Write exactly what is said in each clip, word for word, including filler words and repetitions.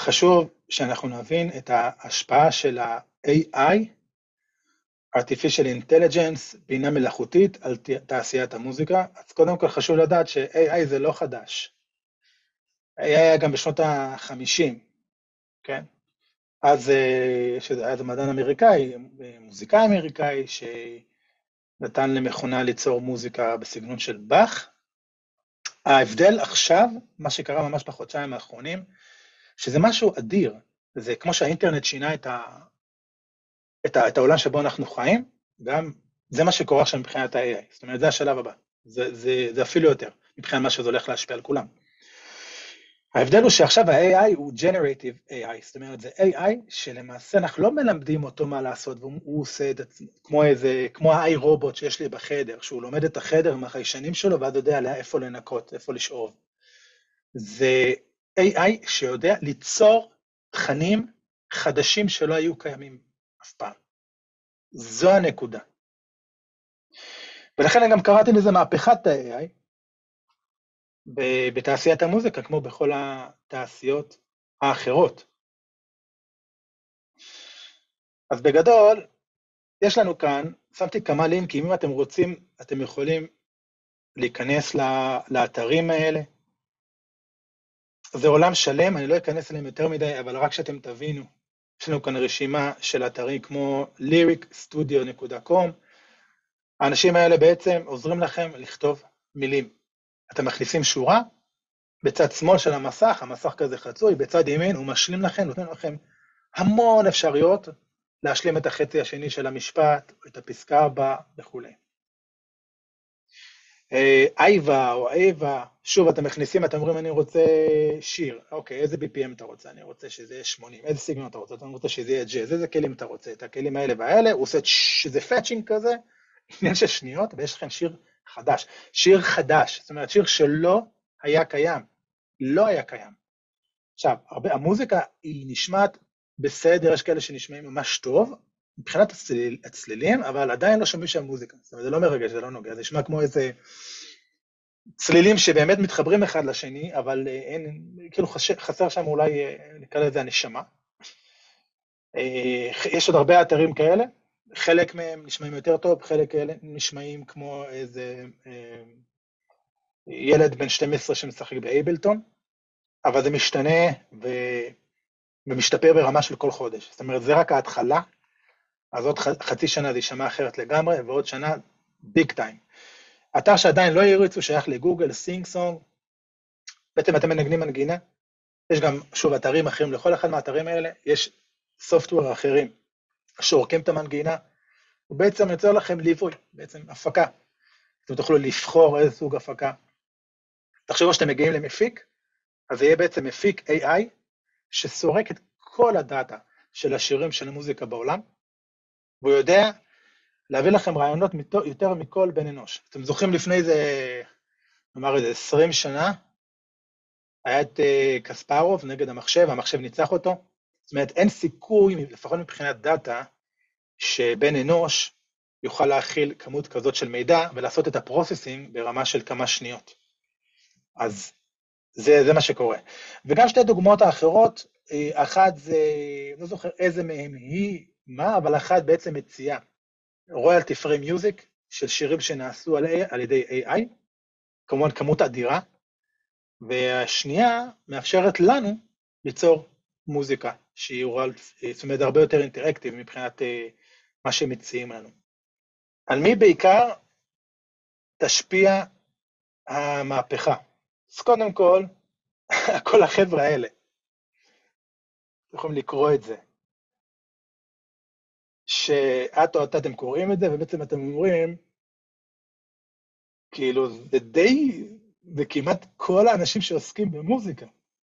חשוב שאנחנו נבין את ההשפעה של ה-איי איי, artificial intelligence, בינה מלאכותית, על תעשיית המוזיקה. אז קודם כל חשוב לדעת ש-איי איי זה לא חדש. איי איי היה גם בשנות ה-חמישים, כן? אז היה זה מדען אמריקאי, מוזיקאי אמריקאי, שנתן למכונה ליצור מוזיקה בסגנון של באך. ההבדל עכשיו, מה שקרה ממש בחודשיים האחרונים, שזה משהו אדיר, זה כמו שהאינטרנט שינה את, ה, את, ה, את העולם שבו אנחנו חיים, גם זה מה שקורה עכשיו מבחינת ה-איי איי, זאת אומרת, זה השלב הבא, זה, זה, זה אפילו יותר, מבחינת מה שזה הולך להשפיע על כולם. ההבדל הוא שעכשיו ה-איי איי הוא Generative איי איי, זאת אומרת, זה איי איי שלמעשה אנחנו לא מלמדים אותו מה לעשות, והוא עושה את עצמו, כמו איזה, כמו ה-איי רובוט שיש לי בחדר, שהוא לומד את החדר עם החיישנים שלו, ועד יודע עליה איפה לנקות, איפה לשאוב. זה איי איי שיודע ליצור תכנים חדשים שלא היו קיימים אף פעם. זו הנקודה. ולכן אני גם קראתי לזה מהפכת ה-איי איי, בתעשיית המוזיקה, כמו בכל התעשיות האחרות. אז בגדול, יש לנו כאן, שמתי כמה לינקים, אם אתם רוצים, אתם יכולים להיכנס לאתרים האלה. זה עולם שלם, אני לא אכנס אליהם יותר מדי, אבל רק שאתם תבינו, יש לנו כאן רשימה של אתרים כמו ליריק סטודיו נקודה קום, האנשים האלה בעצם עוזרים לכם לכתוב מילים. אתם מכניסים שורה, בצד שמאל של המסך, המסך כזה חצוי, בצד ימין הוא משלים לכם, נותן לכם המון אפשרויות להשלים את החצי השני של המשפט, את הפסקה הבאה וכו'. אייבה או אייבה, שוב אתם מכניסים, אתם אומרים אני רוצה שיר, אוקיי, איזה בי פי אם אתה רוצה? אני רוצה שזה יהיה שמונים, איזה סגנון אתה רוצה? אני רוצה שזה יהיה ג'אז, איזה כלים אתה רוצה? את הכלים האלה והאלה, הוא עושה שזה פאצ'ינג כזה, עניין של שניות, ויש לכם שיר חדש, שיר חדש, זאת אומרת שיר שלא היה קיים, לא היה קיים. עכשיו, הרבה, המוזיקה היא נשמעת בסדר, יש כאלה שנשמעים ממש טוב, מבחינת הצליל, הצלילים, אבל עדיין לא שומעים שם מוזיקה, זאת אומרת, זה לא מרגש, זה לא נוגע, זה נשמע כמו איזה צלילים שבאמת מתחברים אחד לשני, אבל אין, כאילו חסר, חסר שם אולי, נקרא לזה הנשמה. יש עוד הרבה אתרים כאלה, חלק מהם נשמעים יותר טוב, חלק כאלה נשמעים כמו איזה ילד בן שתים עשרה שמשחק באייבלטון, אבל זה משתנה ו... ומשתפר ברמה של כל חודש. זאת אומרת, זה רק ההתחלה, אז עוד חצי שנה זה יישמע אחרת לגמרי, ועוד שנה ביג טיים. אתר שעדיין לא יריצו שייך לגוגל, סינג סונג, בעצם אתם מנגנים מנגינה, יש גם, שוב, אתרים אחרים, לכל אחד מהאתרים האלה, יש סופטוור אחרים, שורקים את המנגינה, ובעצם יוצר לכם ליווי, בעצם הפקה. אתם תוכלו לבחור איזה סוג הפקה. תחשבו שאתם מגיעים למפיק, אז זה יהיה בעצם מפיק איי איי, שסורק את כל הדאטה של השירים של המוזיקה בעולם, והוא יודע להביא לכם רעיונות יותר מכל בן אנוש. אתם זוכרים לפני זה, נאמר איזה עשרים שנה, היה את קספרוב נגד המחשב, המחשב ניצח אותו, זאת אומרת אין סיכוי, לפחות מבחינת דאטה, שבן אנוש יוכל להכיל כמות כזאת של מידע, ולעשות את הפרוססינג ברמה של כמה שניות. אז זה, זה מה שקורה. וגם שתי דוגמאות האחרות, אחת זה, לא זוכר איזה מהם היא, מה, אבל אחת בעצם מציעה, רויאלטי פרי מיוזיק, של שירים שנעשו על, על ידי איי איי, כמובן כמות אדירה, והשנייה מאפשרת לנו ליצור מוזיקה, שהיא רויאלטי, זאת אומרת, הרבה יותר אינטראקטיב מבחינת מה שמציעים לנו. על מי בעיקר תשפיע המהפכה? אז קודם כל, כל החבר'ה האלה, אתם יכולים לקרוא את זה, שאת או אתם קוראים את זה, ובעצם אתם אומרים, כאילו, זה די, זה כמעט כל האנשים שעוסקים במוזיקה.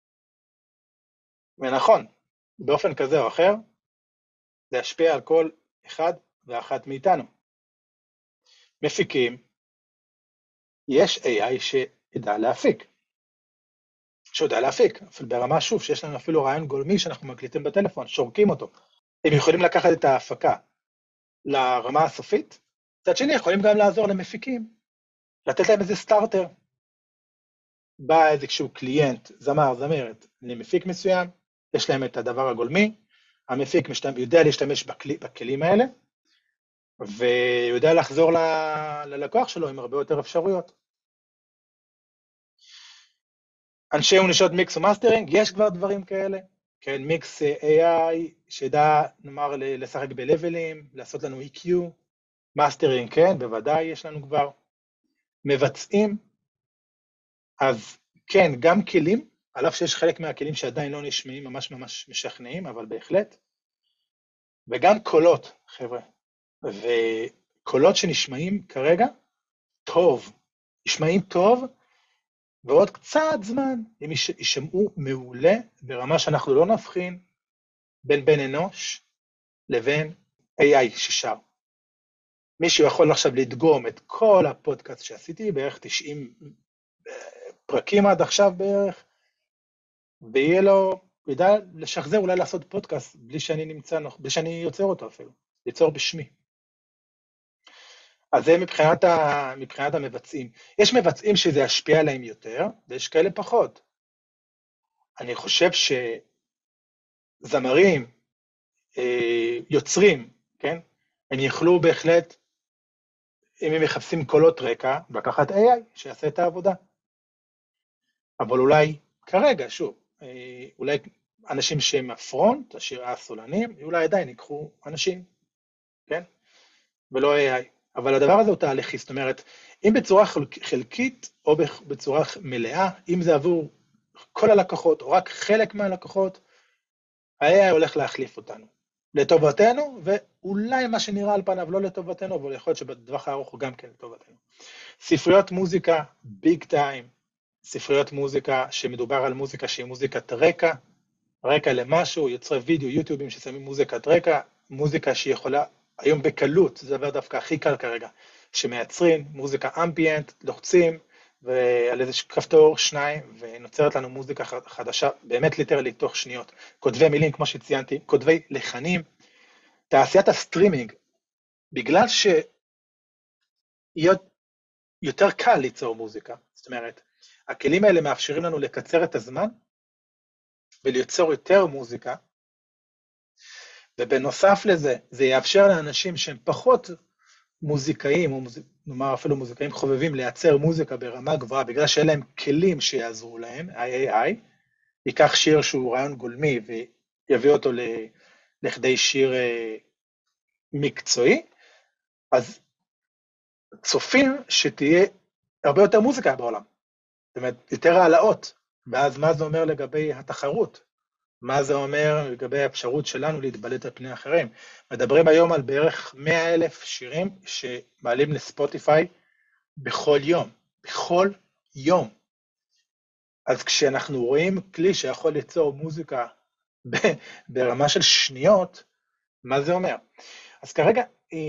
ונכון, באופן כזה או אחר, זה ישפיע על כל אחד ואחת מאיתנו. מפיקים, יש איי איי שידע להפיק. שיודע להפיק, אפילו ברמה שוב, שיש לנו אפילו רעיון גולמי שאנחנו מקליטים בטלפון, שורקים אותו. הם יכולים לקחת את ההפקה לרמה הסופית, מצד שני יכולים גם לעזור למפיקים, לתת להם איזה סטארטר. בא איזשהו קליינט, זמר, זמרת, למפיק מסוים, יש להם את הדבר הגולמי, המפיק משתמש, יודע להשתמש בכלי, בכלים האלה, ויודע לחזור ל, ללקוח שלו עם הרבה יותר אפשרויות. אנשי ונשות מיקס ומאסטרינג, יש כבר דברים כאלה, כן, מיקס איי איי, שידע, נאמר, לשחק בלבלים, לעשות לנו אי קיו, מאסטרינג, כן, בוודאי יש לנו כבר. מבצעים, אז כן, גם כלים, על אף שיש חלק מהכלים שעדיין לא נשמעים ממש ממש משכנעים, אבל בהחלט. וגם קולות, חבר'ה, וקולות שנשמעים כרגע טוב, נשמעים טוב, ועוד קצת זמן, הם יישמעו מעולה, ברמה שאנחנו לא נבחין בין בן אנוש לבין איי איי ששר. מישהו יכול עכשיו לדגום את כל הפודקאסט שעשיתי, בערך תשעים פרקים עד עכשיו בערך, ויהיה לו, ידע לשחזר אולי לעשות פודקאסט בלי שאני נמצא, בלי שאני יוצר אותו אפילו, ליצור בשמי. אז זה מבחינת, ה, מבחינת המבצעים. יש מבצעים שזה ישפיע עליהם יותר, ויש כאלה פחות. אני חושב שזמרים, יוצרים, כן? הם יכלו בהחלט, אם הם מחפשים קולות רקע, לקחת איי איי שיעשה את העבודה. אבל אולי, כרגע, שוב, אולי אנשים שהם הפרונט, השירה הסולנים, אולי עדיין ייקחו אנשים, כן? ולא איי איי. אבל הדבר הזה הוא תהליכי, זאת אומרת, אם בצורה חלקית או בצורה מלאה, אם זה עבור כל הלקוחות או רק חלק מהלקוחות, ה-איי איי הולך להחליף אותנו. לטובתנו, ואולי מה שנראה על פניו לא לטובתנו, אבל יכול להיות שבדווח הארוך הוא גם כן לטובתנו. ספריות מוזיקה, ביג טיים, ספריות מוזיקה שמדובר על מוזיקה שהיא מוזיקת רקע, רקע למשהו, יוצרי וידאו, יוטיובים ששמים מוזיקת רקע, מוזיקה שהיא יכולה, היום בקלות, זה דבר דווקא הכי קל כרגע, שמייצרים מוזיקה אמביאנט, לוחצים, ועל איזה כפתור, שניים, ונוצרת לנו מוזיקה חדשה, באמת ליטרלי תוך שניות. כותבי מילים, כמו שציינתי, כותבי לחנים, תעשיית הסטרימינג, בגלל שיותר קל ליצור מוזיקה, זאת אומרת, הכלים האלה מאפשרים לנו לקצר את הזמן, וליצור יותר מוזיקה, ובנוסף לזה, זה יאפשר לאנשים שהם פחות מוזיקאים, או נאמר אפילו מוזיקאים חובבים, לייצר מוזיקה ברמה גבוהה, בגלל שאין להם כלים שיעזרו להם, איי איי איי, ייקח שיר שהוא רעיון גולמי, ויביא אותו לכדי שיר מקצועי, אז צופים שתהיה הרבה יותר מוזיקה בעולם, זאת אומרת, יותר העלאות, ואז מה זה אומר לגבי התחרות? מה זה אומר לגבי האפשרות שלנו להתבלט על פני אחרים? מדברים היום על בערך מאה אלף שירים שמעלים לספוטיפיי בכל יום, בכל יום. אז כשאנחנו רואים כלי שיכול ליצור מוזיקה ברמה של שניות, מה זה אומר? אז כרגע,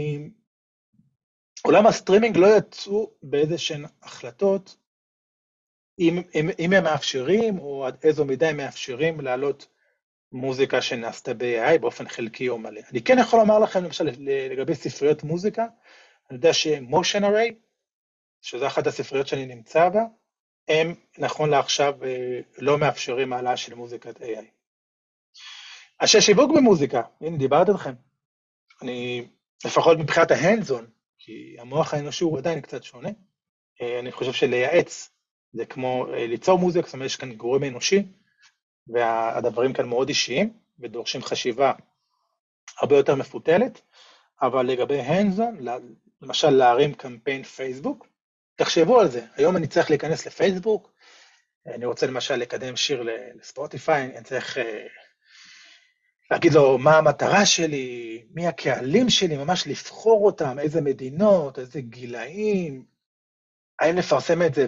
עולם הסטרימינג לא יצאו באיזשהן החלטות, אם, אם, אם הם מאפשרים, או עד איזו מידה הם מאפשרים לעלות מוזיקה שנעשתה ב-איי איי באופן חלקי או מלא. אני כן יכול לומר לכם, למשל, לגבי ספריות מוזיקה, אני יודע ש-Motion Array, שזו אחת הספריות שאני נמצא בה, הם נכון לעכשיו לא מאפשרים העלאה של מוזיקת איי איי. אנשי שיווק במוזיקה, הנה דיברתי לכם, אני לפחות מבחינת ההנדזון, כי המוח האנושי הוא עדיין קצת שונה, אני חושב שלייעץ זה כמו ליצור מוזיקה, זאת אומרת יש כאן גורם אנושי, והדברים כאן מאוד אישיים, ודורשים חשיבה הרבה יותר מפותלת, אבל לגבי הנדזון, למשל להרים קמפיין פייסבוק, תחשבו על זה, היום אני צריך להיכנס לפייסבוק, אני רוצה למשל לקדם שיר לספוטיפיי, אני צריך להגיד לו מה המטרה שלי, מי הקהלים שלי, ממש לבחור אותם, איזה מדינות, איזה גילאים, האם לפרסם את זה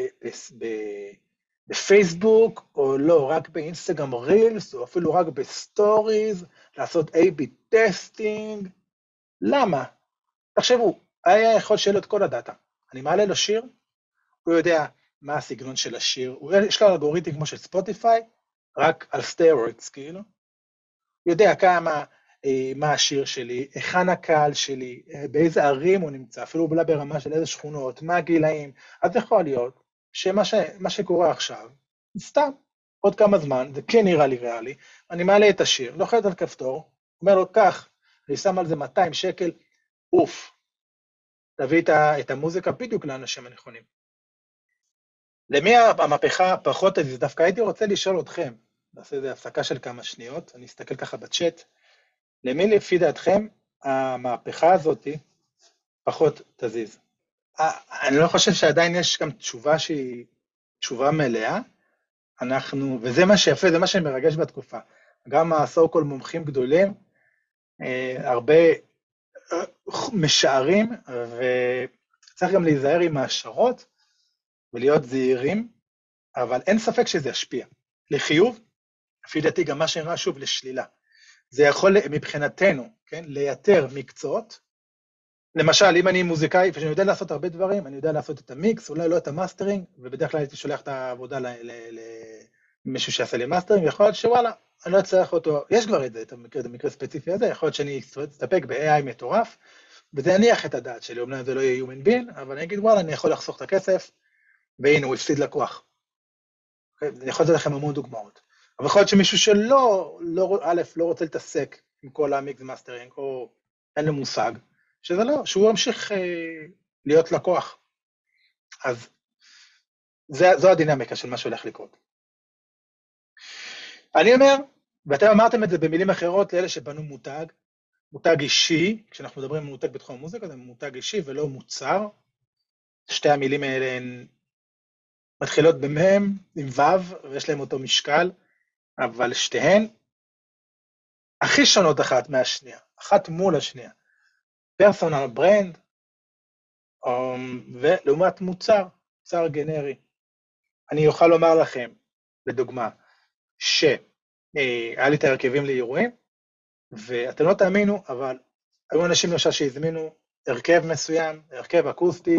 בפייסבוק, או לא, רק באינסטגרם רילס, או אפילו רק בסטוריז, לעשות איי בי טסטינג, למה? תחשבו, היה יכול שיהיה לו את כל הדאטה, אני מעלה לו שיר, הוא יודע מה הסגנון של השיר, יש לו אלגוריתם כמו של ספוטיפיי, רק על סטיירוידס, כאילו, יודע כמה, מה השיר שלי, היכן הקהל שלי, באיזה ערים הוא נמצא, אפילו בלה ברמה של איזה שכונות, מה הגילאים, אז יכול להיות שמה ש, מה שקורה עכשיו, סתם, עוד כמה זמן, זה כן נראה לי ריאלי, אני מעלה את השיר, לוחץ על כפתור, אומר לו, כך, אני שם על זה מאתיים שקל, אוף, תביא את, ה, את המוזיקה בדיוק לאנשים הנכונים. למי המהפכה פחות אז דווקא הייתי רוצה לשאול אתכם, נעשה איזו הפסקה של כמה שניות, אני אסתכל ככה בצ'אט, למי לפי דעתכם המהפכה הזאת פחות תזיז? אני לא חושב שעדיין יש גם תשובה שהיא תשובה מלאה, אנחנו, וזה מה שיפה, זה מה שמרגש בתקופה, גם הסו-קול מומחים גדולים, הרבה משערים, וצריך גם להיזהר עם ההשערות, ולהיות זהירים, אבל אין ספק שזה ישפיע. לחיוב, לפי דעתי גם מה שנראה שוב לשלילה. זה יכול מבחינתנו, כן, לייתר מקצועות, למשל, אם אני מוזיקאי, ואני יודע לעשות הרבה דברים, אני יודע לעשות את המיקס, אולי לא את המאסטרינג, ובדרך כלל הייתי שולח את העבודה למישהו שיעשה לי מאסטרינג, יכול להיות שוואלה, אני לא אצטרך אותו, יש כבר את זה, את המקרה, את המקרה הספציפי הזה, יכול להיות שאני אסתפק ב-איי איי מטורף, וזה יניח את הדעת שלי, אומנם זה לא יהיה human being, אבל אני אגיד, וואלה, אני יכול לחסוך את הכסף, והנה, הוא הפסיד לקוח. אני יכול לתת לכם המון דוגמאות. אבל יכול להיות שמישהו שלא, לא, א', לא רוצה להתעסק עם כל המיקס מאסטרינג, או אין לו מושג, שזה לא, שהוא ימשיך אה, להיות לקוח. אז זה, זו הדינמיקה של מה שהולך לקרות. אני אומר, ואתם אמרתם את זה במילים אחרות, לאלה שבנו מותג, מותג אישי, כשאנחנו מדברים על מותג בתחום המוזיקה, זה מותג אישי ולא מוצר. שתי המילים האלה הן מתחילות במהם, עם וו, ויש להם אותו משקל, אבל שתיהן הכי שונות אחת מהשנייה, אחת מול השנייה. פרסונל ברנד, ולעומת מוצר, מוצר גנרי. אני אוכל לומר לכם, לדוגמה, שהיה לי את הרכבים לאירועים, ואתם לא תאמינו, אבל היו אנשים למשל שהזמינו הרכב מסוים, הרכב אקוסטי,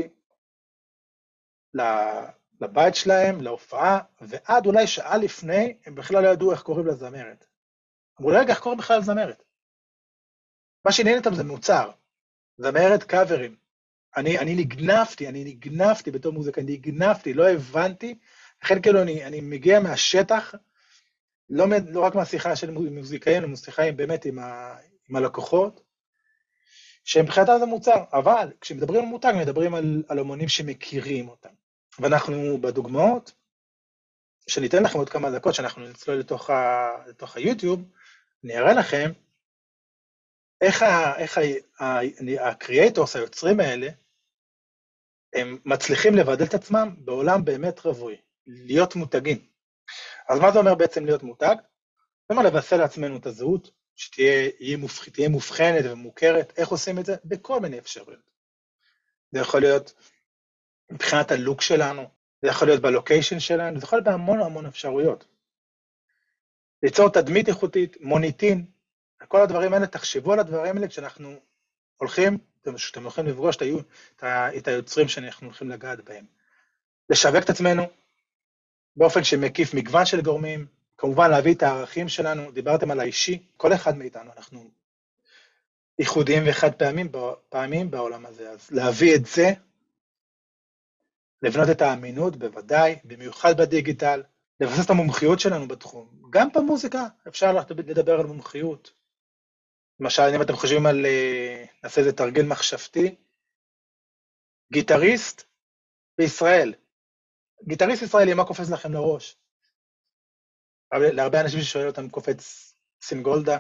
לבית שלהם, להופעה, ועד אולי שעה לפני, הם בכלל לא ידעו איך קוראים לזמרת. אמרו, רגע, איך קוראים בכלל לזמרת? מה שעניין איתם זה מוצר, זמרת קאברים. אני, אני נגנפתי, אני נגנפתי בתור מוזיקה, אני נגנפתי, לא הבנתי, לכן כאילו אני, אני מגיע מהשטח, לא, לא רק מהשיחה של מוזיקאים, אלא מוזיקאים באמת עם, ה, עם הלקוחות, שמבחינתם זה מוצר, אבל כשמדברים על מותג, מדברים על, על אומנים שמכירים אותם. ואנחנו בדוגמאות, שניתן לכם עוד כמה דקות, שאנחנו נצלול לתוך, ה, לתוך היוטיוב, אני אראה לכם, איך, ה, איך ה, ה, הקריאטורס, היוצרים האלה, הם מצליחים לבדל את עצמם בעולם באמת רבוי, להיות מותגים. אז מה זה אומר בעצם להיות מותג? זאת אומרת, לבסל לעצמנו את הזהות, שתהיה מופח, תהיה מובחנת ומוכרת. איך עושים את זה? בכל מיני אפשרויות. זה יכול להיות מבחינת הלוק שלנו, זה יכול להיות בלוקיישן שלנו, זה יכול להיות בהמון המון אפשרויות. ליצור תדמית איכותית, מוניטין, כל הדברים האלה, תחשבו על הדברים האלה כשאנחנו הולכים, אתם הולכים לפגוש את היוצרים שאנחנו הולכים לגעת בהם. לשווק את עצמנו באופן שמקיף מגוון של גורמים, כמובן להביא את הערכים שלנו, דיברתם על האישי, כל אחד מאיתנו, אנחנו ייחודיים ואחד פעמים, פעמים בעולם הזה, אז להביא את זה, לבנות את האמינות בוודאי, במיוחד בדיגיטל, לבסס את המומחיות שלנו בתחום, גם במוזיקה אפשר לדבר על מומחיות, למשל אם אתם חושבים על, נעשה איזה תרגיל מחשבתי, גיטריסט בישראל, גיטריסט ישראלי, מה קופץ לכם לראש? להרבה אנשים ששואל אותם קופץ סינגולדה,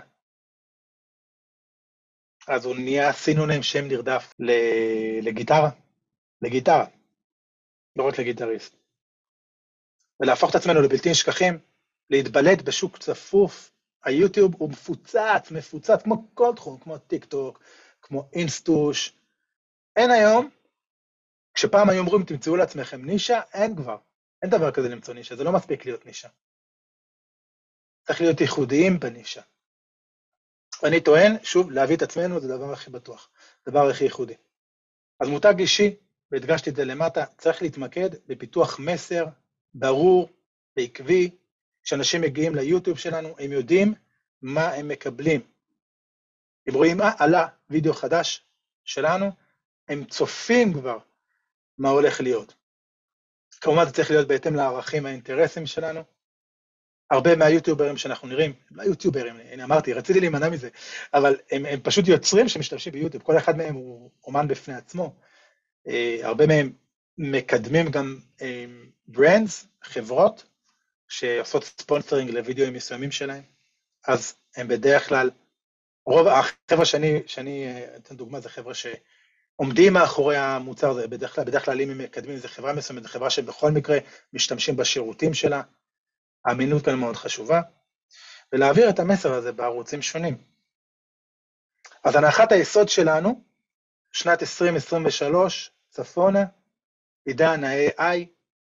אז הוא נהיה סינונם שם נרדף לגיטרה, לגיטרה, לא רק לגיטריסט. ולהפוך את עצמנו לבלתי נשכחים, להתבלט בשוק צפוף, היוטיוב הוא מפוצץ, מפוצץ, כמו כל תחום, כמו טיק טוק, כמו אינסטוש. אין היום, כשפעם היו אומרים, תמצאו לעצמכם נישה, אין כבר. אין דבר כזה למצוא נישה, זה לא מספיק להיות נישה. צריך להיות ייחודיים בנישה. ואני טוען, שוב, להביא את עצמנו זה הדבר הכי בטוח, הדבר הכי ייחודי. אז מותג אישי, והדגשתי את זה למטה, צריך להתמקד בפיתוח מסר, ברור, בעקבי, כשאנשים מגיעים ליוטיוב שלנו, הם יודעים מה הם מקבלים. הם רואים, אה, עלה וידאו חדש שלנו, הם צופים כבר מה הולך להיות. כמובן זה צריך להיות בהתאם לערכים והאינטרסים שלנו, הרבה מהיוטיוברים שאנחנו נראים, לא יוטיוברים, הנה אמרתי, רציתי להימנע מזה, אבל הם, הם פשוט יוצרים שמשתמשים ביוטיוב, כל אחד מהם הוא אומן בפני עצמו, אה, הרבה מהם מקדמים גם אה, ברנדס, חברות, שעושות ספונסרינג לוידאוים מסוימים שלהם, אז הם בדרך כלל, רוב החבר'ה שאני, שאני אתן דוגמה, זה חבר'ה שעומדים מאחורי המוצר הזה, בדרך כלל, בדרך כלל אם הם מקדמים איזה חברה מסוימת, זו חברה שבכל מקרה משתמשים בשירותים שלה, האמינות כאן מאוד חשובה, ולהעביר את המסר הזה בערוצים שונים. אז הנחת היסוד שלנו, שנת עשרים עשרים ושלוש, צפונה, עידן ה-איי איי,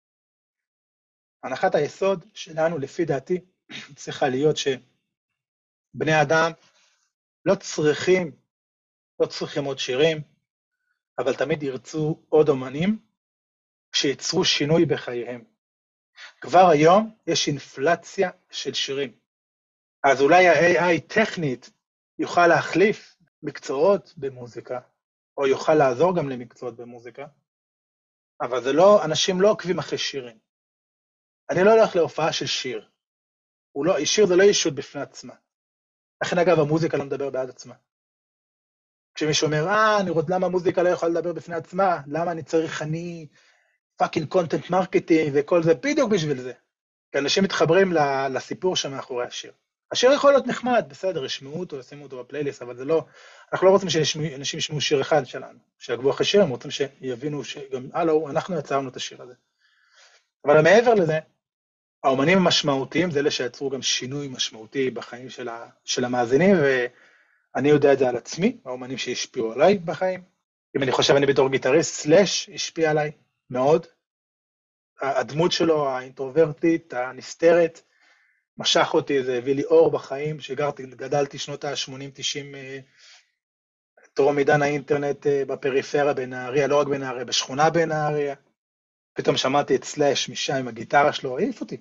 הנחת היסוד שלנו לפי דעתי צריכה להיות שבני אדם לא צריכים, לא צריכים עוד שירים, אבל תמיד ירצו עוד אומנים שיצרו שינוי בחייהם. כבר היום יש אינפלציה של שירים. אז אולי ה-איי איי טכנית יוכל להחליף מקצועות במוזיקה, או יוכל לעזור גם למקצועות במוזיקה, אבל זה לא, אנשים לא עוקבים אחרי שירים. אני לא הולך להופעה של שיר. הוא לא, שיר זה לא ישות בפני עצמה. לכן אגב, המוזיקה לא מדבר בעד עצמה. כשמישהו אומר, אה, אני רוצה, למה המוזיקה לא יכולה לדבר בפני עצמה? למה אני צריך, אני, פאקינג קונטנט מרקטינג וכל זה, בדיוק בשביל זה. כי אנשים מתחברים לסיפור שמאחורי השיר. השיר יכול להיות נחמד, בסדר, ישמעו אותו, ישימו אותו בפלייליסט, אבל זה לא, אנחנו לא רוצים שאנשים ישמעו שיר אחד שלנו, שיעקבו אחרי שיר, הם רוצים שיבינו שגם, הלו, אנחנו יצרנו את השיר הזה. אבל מעבר לזה, האומנים המשמעותיים זה אלה שיצרו גם שינוי משמעותי בחיים של, ה, של המאזינים, ואני יודע את זה על עצמי, האומנים שהשפיעו עליי בחיים. אם אני חושב, אני בתור גיטריסט, סלאש, השפיע עליי מאוד. הדמות שלו, האינטרוברטית, הנסתרת, משך אותי, זה הביא לי אור בחיים, שגרתי, גדלתי שנות ה-שמונים תשעים, טרום עידן האינטרנט בפריפריה בנהריה, לא רק בנהריה, בשכונה בנהריה. פתאום שמעתי את סלאש משם עם הגיטרה שלו, העיף אותי.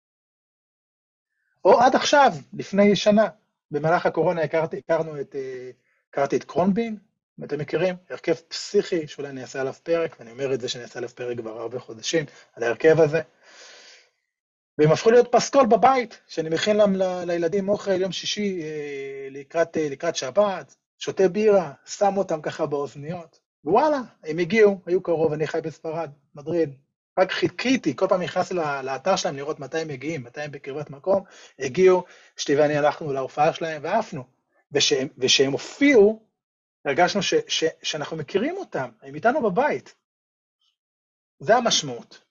או עד עכשיו, לפני שנה, במהלך הקורונה הכרתי, הכרנו את, הכרתי את קרונבין, אם אתם מכירים, הרכב פסיכי, שאולי אני אעשה עליו פרק, ואני אומר את זה שאני אעשה עליו פרק כבר הרבה חודשים, על ההרכב הזה, והם הפכו להיות פסקול בבית, שאני מכין להם ל, לילדים אוכל יום שישי לקראת, לקראת שבת, שותה בירה, שם אותם ככה באוזניות, ווואלה, הם הגיעו, היו קרוב, אני חי בספרד, מדריד, רק חיכיתי, כל פעם נכנסתי לאתר שלהם לראות מתי הם מגיעים, מתי הם בקרבת מקום, הגיעו, שתי ואני הלכנו להופעה שלהם ועפנו, ושהם, ושהם הופיעו, הרגשנו ש, ש, שאנחנו מכירים אותם, הם איתנו בבית. זה המשמעות.